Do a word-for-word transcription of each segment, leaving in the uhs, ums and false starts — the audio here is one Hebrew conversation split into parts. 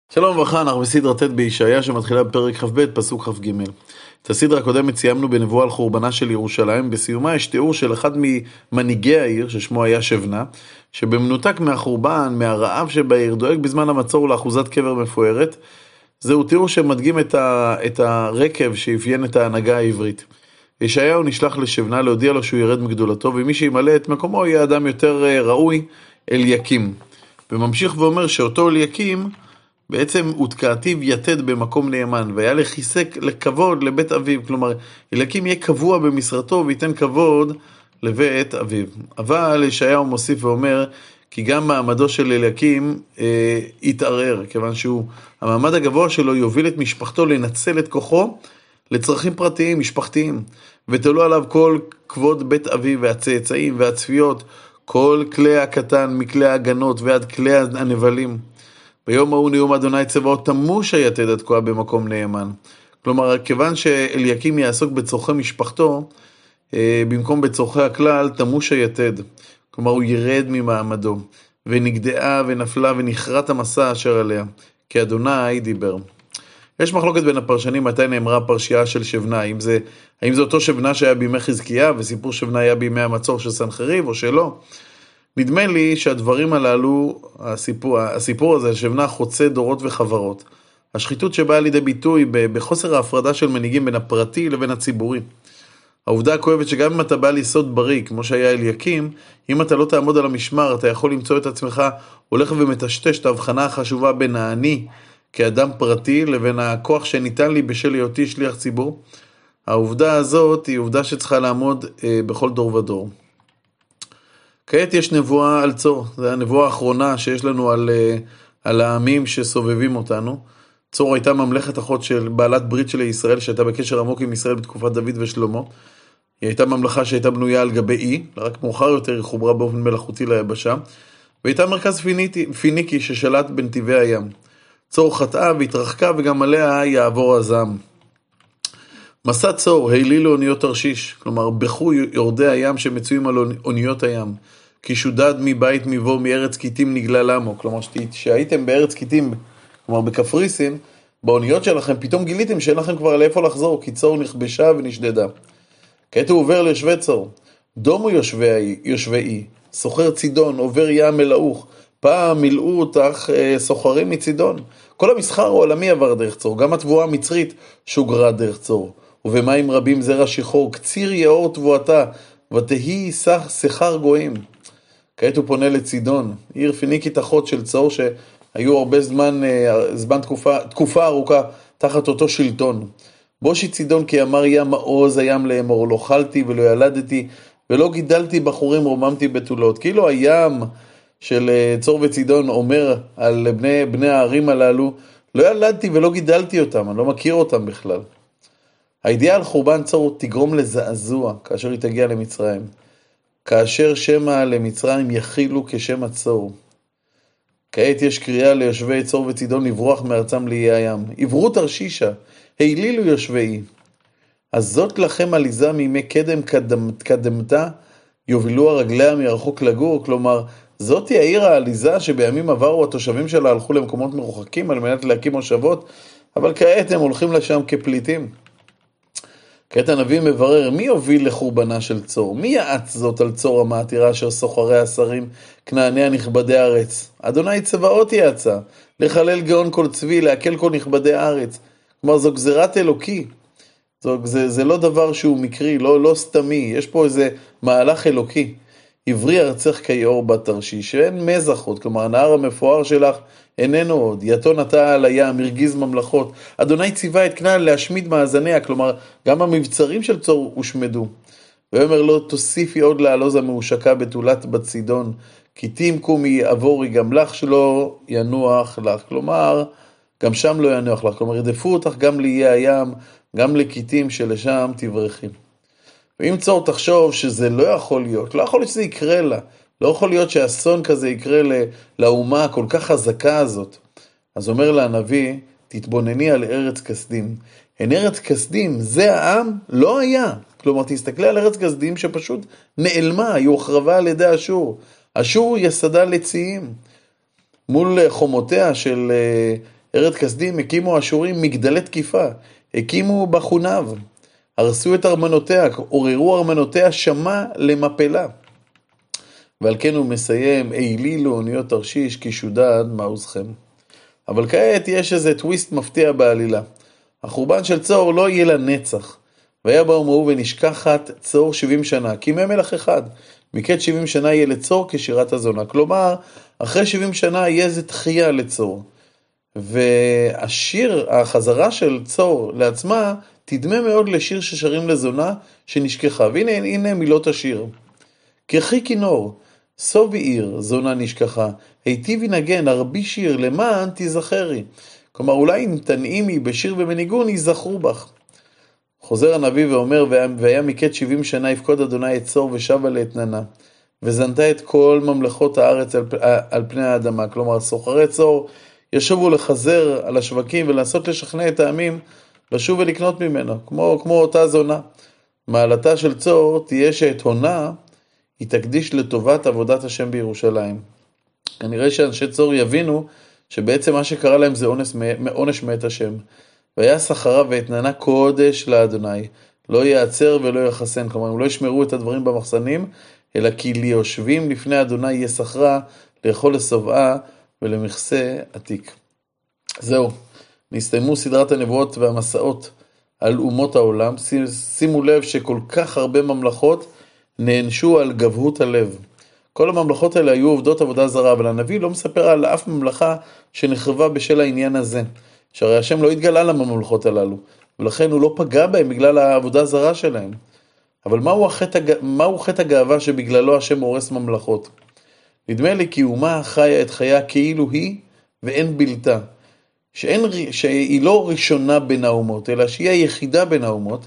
שלום וברכה, אנחנו בסדרה ט' בישעיה שמתחילה בפרק כ"ב, פסוק כ"ג. את הסדרה הקודמת סיימנו בנבואה על חורבנה של ירושלים. בסיומה יש תיאור של אחד ממנהיגי העיר, ששמו היה שבנה, שבמנותק מהחורבן, מהרעב שבעיר, דואג בזמן המצור לאחוזת קבר מפוארת. זהו תיאור שמדגים את, ה... את הרקב שאפיין את ההנהגה העברית. ישעיהו נשלח לשבנה להודיע לו שהוא ירד מגדולתו, ומי שימלא את מקומו יהיה אדם יותר ראוי, אליקים. וממשיך ואומר שאותו אליקים בעצם הותקעתיו יתד במקום נאמן, והיה לחיסק לכבוד לבית אביו. כלומר, אליקים יהיה קבוע במשרתו וייתן כבוד לבית אביו. אבל ישעיהו מוסיף ואומר, כי גם מעמדו של אליקים אה, יתערער, כיוון שהוא, המעמד הגבוה שלו יוביל את משפחתו לנצל את כוחו לצרכים פרטיים, משפחתיים, ותלו עליו כל כבוד בית אביו והצאצאים והצפיות, כל כלי הקטן מכלי ההגנות ועד כלי הנבלים. ביום ההוא נאום אדוני צבאות תמוש היתד התקועה במקום נאמן. כלומר, כיוון שאליקים יעסוק בצורכי משפחתו, במקום בצורכי הכלל, תמוש היתד. כלומר, הוא ירד ממעמדו, ונגדעה ונפלה ונחרט המסע אשר עליה, כי אדוני דיבר. יש מחלוקת בין הפרשנים מתי נאמרה הפרשייה של שבנה, האם זה, האם זה אותו שבנה שהיה בימי חזקיה, וסיפור שבנה היה בימי המצור של סנחריב, או שלא. נדמה לי שהדברים הללו, הסיפור, הסיפור הזה, שבנה חוצה דורות וחברות. השחיתות שבאה לידי ביטוי בחוסר ההפרדה של מנהיגים בין הפרטי לבין הציבורי. העובדה הכואבת שגם אם אתה בא ליסוד בריא, כמו שהיה אליקים, אם אתה לא תעמוד על המשמר, אתה יכול למצוא את עצמך הולך ומטשטש את ההבחנה החשובה בין האני כאדם פרטי לבין הכוח שניתן לי בשל היותי שליח ציבור. העובדה הזאת היא עובדה שצריכה לעמוד אה, בכל דור ודור. כעת יש נבואה על צור, זו הנבואה האחרונה שיש לנו על, על העמים שסובבים אותנו. צור הייתה ממלכת אחות של בעלת ברית של ישראל, שהייתה בקשר עמוק עם ישראל בתקופת דוד ושלמה. היא הייתה ממלכה שהייתה בנויה על גבי אי, רק מאוחר יותר היא חוברה באופן מלאכותי ליבשה, והייתה מרכז פיניקי, פיניקי ששלט בנתיבי הים. צור חטאה והתרחקה וגם עליה יעבור הזעם. מסע צור העלילו אוניות תרשיש, כלומר בכו יורדי הים שמצויים על אוניות הים, כי שודד מבית מבוא מארץ קיטים נגלה למו. כלומר שהייתם בארץ קיטים, כלומר בקפריסין, באוניות שלכם פתאום גיליתם שאין לכם כבר לאיפה לחזור, כי צור נכבשה ונשדדה. כעת הוא עובר ליושבי צור, דומו יושבי, יושבי אי, סוחר צידון, עובר ים מלאוך, פעם מילאו אותך אה, סוחרים מצידון. כל המסחר העולמי עבר דרך צור, גם התבואה המצרית שוגרה דרך צור. ובמים רבים זרע שחור, קציר יאור תבואתה, ותהי שכר גויים. כעת הוא פונה לצידון, עיר פיניקית אחות של צור, שהיו הרבה זמן, זמן תקופה, תקופה ארוכה תחת אותו שלטון. בושי צידון כי אמר ים מעוז הים לאמור, לא חלתי ולא ילדתי, ולא גידלתי בחורים רוממתי בתולות. כאילו הים של צור וצידון אומר על בני, בני הערים הללו, לא ילדתי ולא גידלתי אותם, אני לא מכיר אותם בכלל. הידיעה על חורבן צור תגרום לזעזוע כאשר היא תגיע למצרים. כאשר שמה למצרים יכילו כשם הצור. כעת יש קריאה ליושבי צור וצידון לברוח מארצם לאיי הים. עברו תרשישה, העלילו יושבי. אז זאת לכם עליזה מימי קדם קדם, קדמתה, יובילו הרגליה מרחוק לגור. כלומר, זאת היא העיר העליזה שבימים עברו התושבים שלה הלכו למקומות מרוחקים על מנת להקים מושבות, אבל כעת הם הולכים לשם כפליטים. כעת הנביא מברר מי הוביל לחורבנה של צור, מי יעץ זאת על צור המעתירה אשר סוחרי השרים כנעניה נכבדי הארץ. אדוני צבאות יעצה, לחלל גאון כל צבי, להקל כל נכבדי הארץ. כלומר זו גזירת אלוקי, זו, זה, זה לא דבר שהוא מקרי, לא, לא סתמי, יש פה איזה מהלך אלוקי. עברי ארצך כיאור בתרשיש, שאין מזח עוד, כלומר הנהר המפואר שלך איננו עוד, יתו נטע על הים, הרגיז ממלכות. אדוני ציווה את כנען להשמיד מאזניה, כלומר גם המבצרים של צור הושמדו. ואומר לו, תוסיפי עוד לעלוז המאושקה בתולת בצידון, כי תמקומי עבורי גם לך שלא ינוח לך. כלומר, גם שם לא ינוח לך, כלומר ירדפו אותך גם לאיי הים, גם לקיטים שלשם תברכי. ואם צור תחשוב שזה לא יכול להיות, לא יכול להיות שזה יקרה לה, לא יכול להיות שאסון כזה יקרה לאומה כל כך חזקה הזאת. אז אומר לה הנביא, תתבונני על ארץ כסדים. הן ארץ כסדים, זה העם לא היה. כלומר, תסתכלי על ארץ כסדים שפשוט נעלמה, היא הוחרבה על ידי אשור. אשור יסדה לציים. מול חומותיה של ארץ כסדים הקימו אשורים מגדלי תקיפה, הקימו בחוניו, הרסו את ארמנותיה, עוררו ארמנותיה שמה למפלה. ועל כן הוא מסיים, אילילו אוניות תרשיש כי שודד מעוזכם. אבל כעת יש איזה טוויסט מפתיע בעלילה. החורבן של צור לא יהיה לנצח. והיה באום ההוא ונשכחת צור שבעים שנה, כי מי מלך אחד. מקץ שבעים שנה יהיה לצור כשירת הזונה. כלומר, אחרי שבעים שנה יהיה איזה תחייה לצור. והשיר, החזרה של צור לעצמה, תדמה מאוד לשיר ששרים לזונה שנשכחה. והנה הנה מילות השיר. כחי כינור, סובי עיר, זונה נשכחה, היטיבי נגן, הרבי שיר, למען תזכרי. כלומר, אולי אם תנעימי בשיר ומניגון, יזכרו בך. חוזר הנביא ואומר, והיה מקץ שבעים שנה יפקוד אדוני את צור ושבה לאתננה, וזנתה את כל ממלכות הארץ על, על פני האדמה. כלומר, סוחרי צור ישובו לחזר על השווקים ולנסות לשכנע את העמים לשוב ולקנות ממנו, כמו, כמו אותה זונה. מעלתה של צור תהיה שאת הונה היא תקדיש לטובת עבודת השם בירושלים. כנראה שאנשי צור יבינו שבעצם מה שקרה להם זה עונש, עונש מאת השם. והיה שכרה ואתננה קודש לאדוני, לא יעצר ולא יחסן. כלומר, הם לא ישמרו את הדברים במחסנים, אלא כי ליושבים לפני אדוני יהיה שכרה, לאכול לשובעה ולמכסה עתיק. זהו, נסתיימו סדרת הנבואות והמסעות על אומות העולם. שימו לב שכל כך הרבה ממלכות נענשו על גבהות הלב. כל הממלכות האלה היו עובדות עבודה זרה, אבל הנביא לא מספר על אף ממלכה שנחרבה בשל העניין הזה. שהרי השם לא התגלה לממלכות הללו, ולכן הוא לא פגע בהם בגלל העבודה זרה שלהם. אבל מהו החטא, מהו חטא הגאווה שבגללו השם הורס ממלכות? נדמה לי כי אומה חיה את חיה כאילו היא ואין בלתה. שאין, שהיא לא ראשונה בין האומות, אלא שהיא היחידה בין האומות.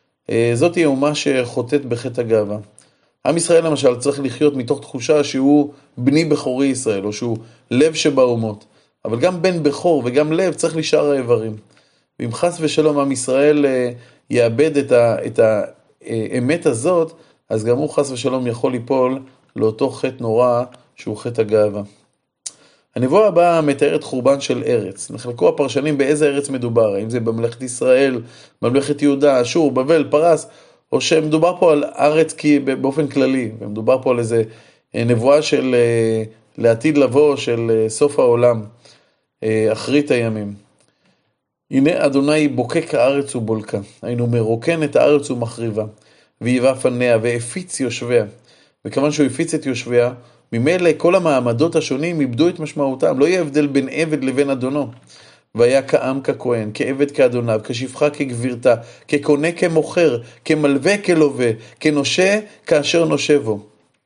זאת היא אומה שחוטאת בחטא הגאווה. עם ישראל למשל צריך לחיות מתוך תחושה שהוא בני בכורי ישראל, או שהוא לב שבאומות. אבל גם בן בכור וגם לב צריך לשאר האיברים. ואם חס ושלום עם ישראל יאבד את, ה, את האמת הזאת, אז גם הוא חס ושלום יכול ליפול לאותו חטא נורא שהוא חטא הגאווה. הנבואה הבאה מתארת חורבן של ארץ. נחלקו הפרשנים באיזה ארץ מדובר, האם זה בממלכת ישראל, ממלכת יהודה, אשור, בבל, פרס, או שמדובר פה על ארץ כי באופן כללי, ומדובר פה על איזה נבואה של לעתיד לבוא של סוף העולם, אחרית הימים. הנה אדוני בוקק הארץ ובולקה, היינו מרוקן את הארץ ומחריבה, ויבא פניה והפיץ יושביה. וכיוון שהוא הפיץ את יושביה, ממילא כל המעמדות השונים איבדו את משמעותם, לא יהיה הבדל בין עבד לבין אדונו. והיה כעם ככהן, כעבד כאדוניו, כשפחה כגבירתה, כקונה כמוכר, כמלווה כלווה, כנושה כאשר נושבו.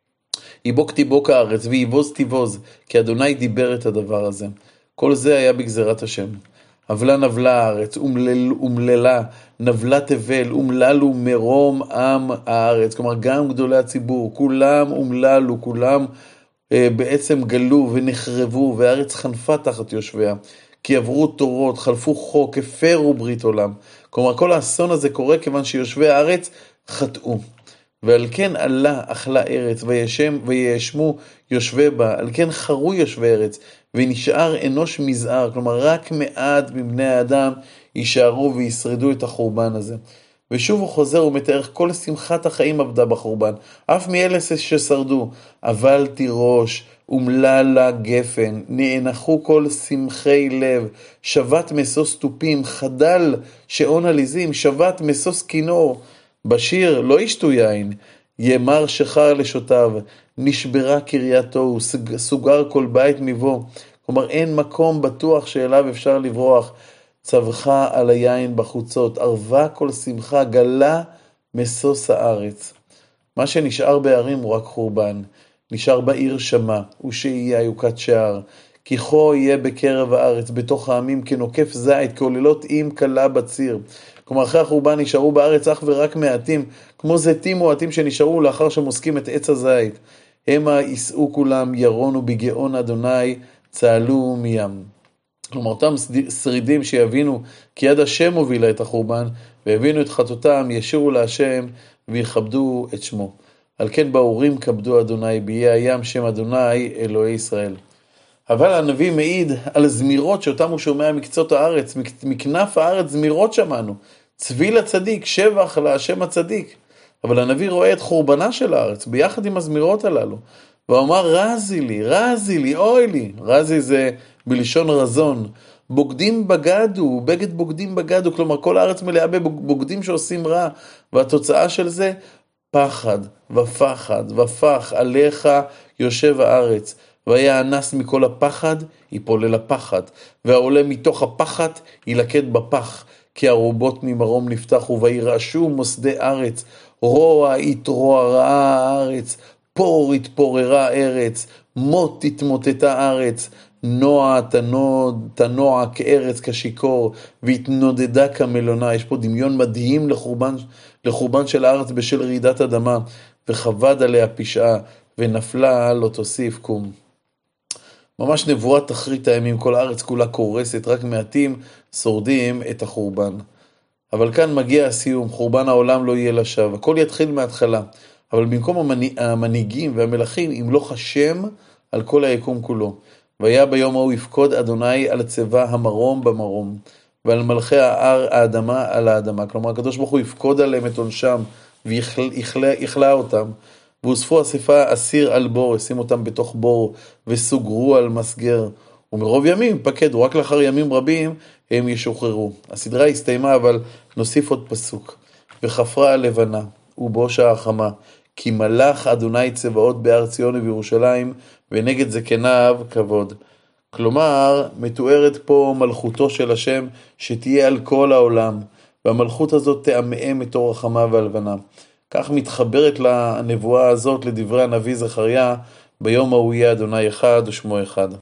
יבוק תיבוק הארץ ויבוז תיבוז, כי אדוני דיבר את הדבר הזה. כל זה היה בגזירת השם. אבלה נבלה הארץ, אומלל, אומללה, נבלה תבל, אומללו מרום עם הארץ. כלומר, גם גדולי הציבור, כולם אומללו, כולם אה, בעצם גלו ונחרבו, והארץ חנפה תחת יושביה. כי עברו תורות, חלפו חוק, הפרו ברית עולם. כלומר, כל האסון הזה קורה כיוון שיושבי הארץ חטאו. ועל כן עלה אכלה ארץ, וישם, וישמו יושבי בה, על כן חרו יושבי ארץ, ונשאר אנוש מזער, כלומר רק מעט מבני האדם יישארו וישרדו את החורבן הזה. ושוב הוא חוזר ומתאר כל שמחת החיים עבדה בחורבן, אף מאלה ששרדו, אבל תירוש, אומללה גפן, נאנחו כל שמחי לב, שבת מסוס טופים, חדל שעון עליזים, שבת מסוס כינור, בשיר לא ישתו יין, ימר שחר לשותיו, נשברה קרייתו, סוגר כל בית מבוא. כלומר, אין מקום בטוח שאליו אפשר לברוח. צבחה על היין בחוצות, ערבה כל שמחה, גלה מסוס הארץ. מה שנשאר בערים הוא רק חורבן. נשאר בעיר שמה, ושיהיה יוקת שער. כי כה יהיה בקרב הארץ, בתוך העמים, כנוקף זית, כעוללות עם קלה בציר. כלומר, אחרי החורבן נשארו בארץ אך ורק מעטים, כמו זיתים מועטים שנשארו לאחר שמוסקים את עץ הזית. המה יישאו כולם, ירונו בגאון אדוני, צהלו מים. כלומר, אותם שרידים שיבינו כי יד השם הובילה את החורבן, והבינו את חטאותם, ישירו להשם ויכבדו את שמו. על כן באורים כבדו אדוני, ביה הים שם אדוני אלוהי ישראל. אבל הנביא מעיד על זמירות שאותם הוא שומע מקצות הארץ, מכנף הארץ זמירות שמענו, צבי לצדיק, שבח להשם הצדיק. אבל הנביא רואה את חורבנה של הארץ ביחד עם הזמירות הללו, והוא אמר רזי לי, רזי לי, אוי לי. רזי זה בלשון רזון. בוגדים בגדו, בגד בוגדים בגדו, כלומר כל הארץ מלאה בבוגדים שעושים רע, והתוצאה של זה פחד ופחד ופח עליך יושב הארץ, והיה אנס מכל הפחד ייפול אל הפחד, והעולה מתוך הפחד ילקט בפח, כי הרובות ממרום נפתחו וירעשו מוסדי ארץ, רוע יתרוערעה הארץ, פור התפוררה ארץ, מות תתמוטטה ארץ, נוע תנוד, תנוע כארץ כשיקור, והתנודדה כמלונה. יש פה דמיון מדהים לחורבן, לחורבן של הארץ בשל רעידת אדמה, וחבד עליה פשעה, ונפלה לא תוסיף קום. ממש נבואת תחרית הימים, כל הארץ כולה קורסת, רק מעטים שורדים את החורבן. אבל כאן מגיע הסיום, חורבן העולם לא יהיה לשווא, הכל יתחיל מההתחלה, אבל במקום המנהיגים והמלכים ימלוך השם על כל היקום כולו. והיה ביום ההוא יפקוד אדוני על צבא המרום במרום, ועל מלכי האר האדמה על האדמה. כלומר, הקדוש ברוך הוא יפקוד עליהם את עונשם, ויכלה אותם, ואוספו אספה אסיר על בור, ישים אותם בתוך בור, וסוגרו על מסגר. ומרוב ימים פקדו, רק לאחר ימים רבים הם ישוחררו. הסדרה הסתיימה, אבל נוסיף עוד פסוק. וחפרה הלבנה, ובושה החמה, כי מלך אדוני צבאות בהר ציון ובירושלים, ונגד זקניו כבוד. כלומר, מתוארת פה מלכותו של השם, שתהיה על כל העולם, והמלכות הזאת תאמם את אור החמה והלבנה. כך מתחברת לנבואה הזאת לדברי הנביא זכריה, ביום ההוא יהיה אדוני אחד ושמו אחד.